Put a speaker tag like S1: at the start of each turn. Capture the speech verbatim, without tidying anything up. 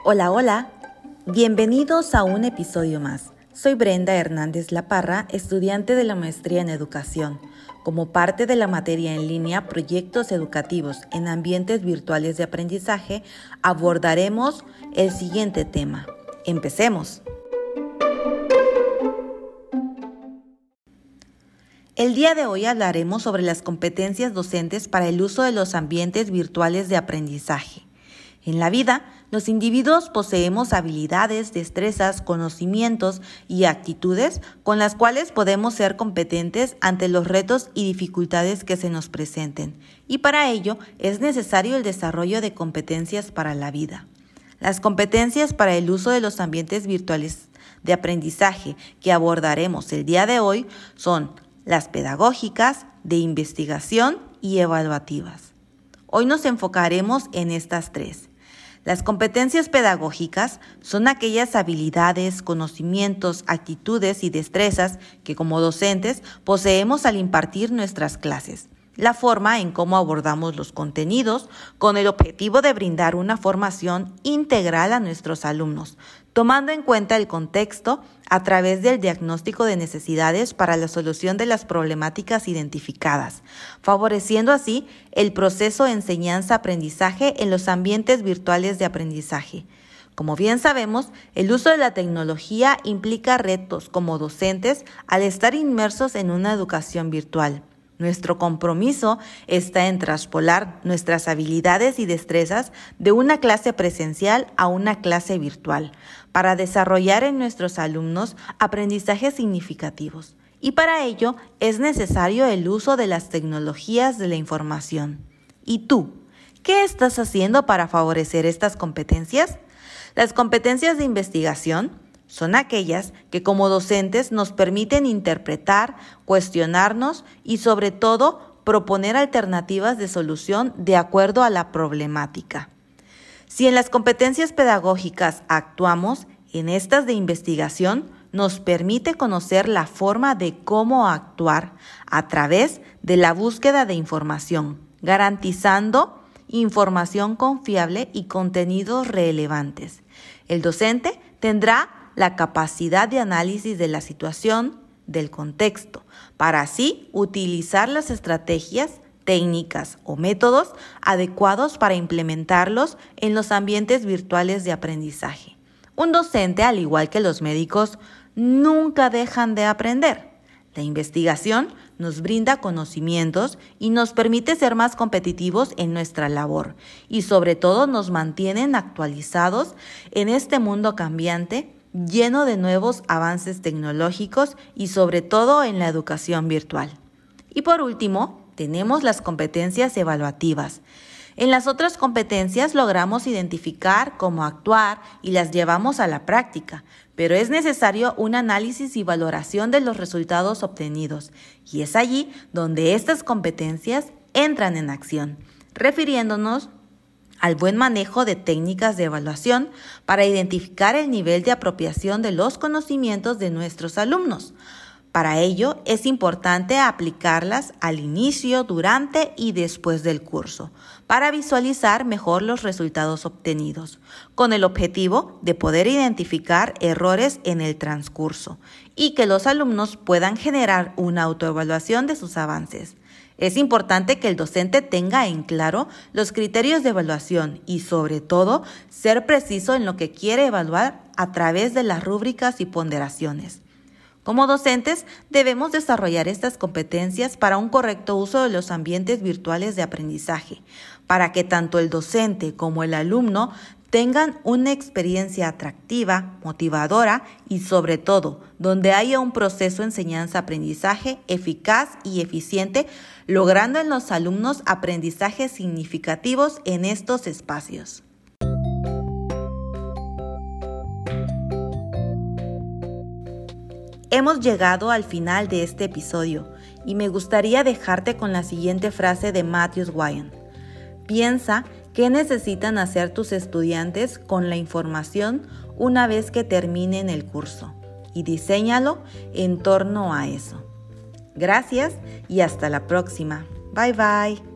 S1: Hola, hola. Bienvenidos a un episodio más. Soy Brenda Hernández Laparra, estudiante de la maestría en educación. Como parte de la materia en línea Proyectos Educativos en Ambientes Virtuales de Aprendizaje, abordaremos el siguiente tema. Empecemos. El día de hoy hablaremos sobre las competencias docentes para el uso de los ambientes virtuales de aprendizaje. En la vida, los individuos poseemos habilidades, destrezas, conocimientos y actitudes con las cuales podemos ser competentes ante los retos y dificultades que se nos presenten, y para ello es necesario el desarrollo de competencias para la vida. Las competencias para el uso de los ambientes virtuales de aprendizaje que abordaremos el día de hoy son las pedagógicas, de investigación y evaluativas. Hoy nos enfocaremos en estas tres. Las competencias pedagógicas son aquellas habilidades, conocimientos, actitudes y destrezas que como docentes poseemos al impartir nuestras clases. La forma en cómo abordamos los contenidos con el objetivo de brindar una formación integral a nuestros alumnos, tomando en cuenta el contexto a través del diagnóstico de necesidades para la solución de las problemáticas identificadas, favoreciendo así el proceso de enseñanza-aprendizaje en los ambientes virtuales de aprendizaje. Como bien sabemos, el uso de la tecnología implica retos como docentes al estar inmersos en una educación virtual. Nuestro compromiso está en traspolar nuestras habilidades y destrezas de una clase presencial a una clase virtual para desarrollar en nuestros alumnos aprendizajes significativos. Y para ello es necesario el uso de las tecnologías de la información. ¿Y tú? ¿Qué estás haciendo para favorecer estas competencias? Las competencias de investigación son aquellas que como docentes nos permiten interpretar, cuestionarnos y sobre todo proponer alternativas de solución de acuerdo a la problemática. Si en las competencias pedagógicas actuamos, en estas de investigación nos permite conocer la forma de cómo actuar a través de la búsqueda de información, garantizando información confiable y contenidos relevantes. El docente tendrá la capacidad de análisis de la situación, del contexto, para así utilizar las estrategias, técnicas o métodos adecuados para implementarlos en los ambientes virtuales de aprendizaje. Un docente, al igual que los médicos, nunca dejan de aprender. La investigación nos brinda conocimientos y nos permite ser más competitivos en nuestra labor y sobre todo nos mantienen actualizados en este mundo cambiante lleno de nuevos avances tecnológicos y sobre todo en la educación virtual. Y por último, tenemos las competencias evaluativas. En las otras competencias logramos identificar cómo actuar y las llevamos a la práctica, pero es necesario un análisis y valoración de los resultados obtenidos, y es allí donde estas competencias entran en acción, refiriéndonos al buen manejo de técnicas de evaluación para identificar el nivel de apropiación de los conocimientos de nuestros alumnos. Para ello, es importante aplicarlas al inicio, durante y después del curso, para visualizar mejor los resultados obtenidos, con el objetivo de poder identificar errores en el transcurso y que los alumnos puedan generar una autoevaluación de sus avances. Es importante que el docente tenga en claro los criterios de evaluación y, sobre todo, ser preciso en lo que quiere evaluar a través de las rúbricas y ponderaciones. Como docentes, debemos desarrollar estas competencias para un correcto uso de los ambientes virtuales de aprendizaje, para que tanto el docente como el alumno tengan una experiencia atractiva, motivadora y sobre todo, donde haya un proceso de enseñanza-aprendizaje eficaz y eficiente, logrando en los alumnos aprendizajes significativos en estos espacios. Hemos llegado al final de este episodio y me gustaría dejarte con la siguiente frase de Matthew Wallis. Piensa qué necesitan hacer tus estudiantes con la información una vez que terminen el curso y diséñalo en torno a eso. Gracias y hasta la próxima. Bye bye.